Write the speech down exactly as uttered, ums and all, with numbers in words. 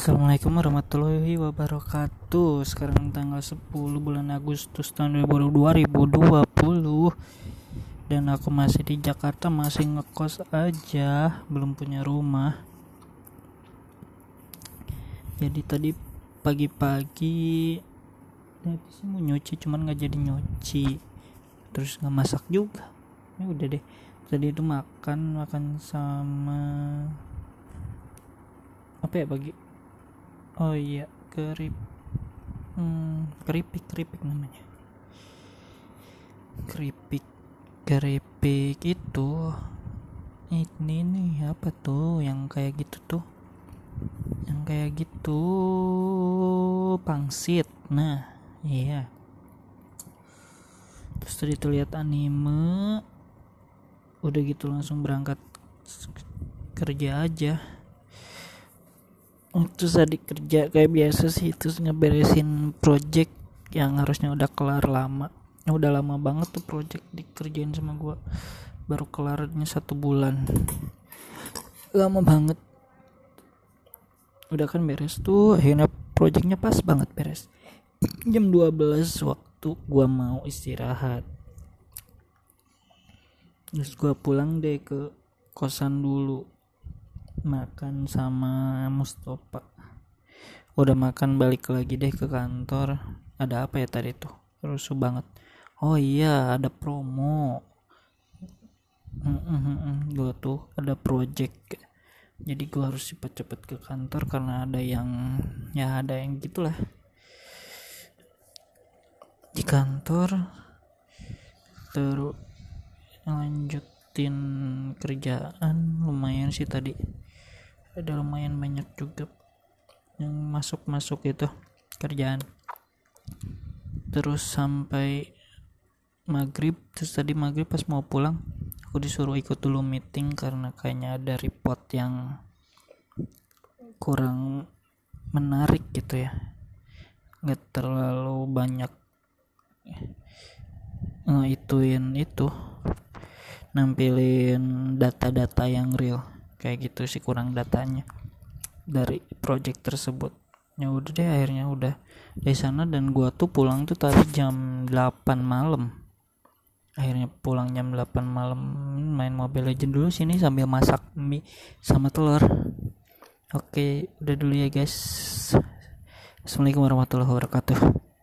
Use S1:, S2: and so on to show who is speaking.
S1: Assalamualaikum warahmatullahi wabarakatuh. Sekarang tanggal sepuluh bulan Agustus tahun dua ribu dua puluh. Dan aku masih di Jakarta, masih ngekos aja, belum punya rumah. Jadi tadi pagi-pagi tadi sih mau nyuci, cuman gak jadi nyuci. Terus gak masak juga. Ya udah deh. Tadi itu makan makan sama apa ya pagi? Oh iya, kerip hmm, keripik keripik namanya. Keripik keripik itu ini nih apa tuh yang kayak gitu tuh? Yang kayak gitu pangsit. Nah, iya. Terus tadi tuh lihat anime. Udah gitu langsung berangkat kerja aja. Terus tadi kerja kayak biasa sih, terus ngeberesin project yang harusnya udah kelar lama. Udah lama banget tuh project dikerjain sama gua, baru kelarnya satu bulan, lama banget. Udah kan beres tuh, akhirnya projectnya pas banget beres jam dua belas waktu gua mau istirahat. Terus gua pulang deh ke kosan dulu, makan sama Mustafa. Udah makan balik lagi deh ke kantor. Ada apa ya tadi tuh, rusuh banget. Oh iya, ada promo. Gue tuh ada project, jadi gue harus cepet-cepet ke kantor karena ada yang ya ada yang gitulah di kantor. Terus lanjutin kerjaan lumayan sih tadi, ada lumayan banyak juga yang masuk-masuk itu kerjaan. Terus sampai maghrib. Terus tadi maghrib pas mau pulang aku disuruh ikut dulu meeting karena kayaknya ada report yang kurang menarik gitu ya, nggak terlalu banyak ngeituin itu, nampilin data-data yang real kayak gitu sih, kurang datanya dari project tersebut. Ya udah deh, akhirnya udah dari sana. Dan gua tuh pulang tuh tadi jam delapan malam. Akhirnya pulang jam delapan malam, main Mobile Legends dulu sini sambil masak mie sama telur. Oke, udah dulu ya guys. Assalamualaikum warahmatullahi wabarakatuh.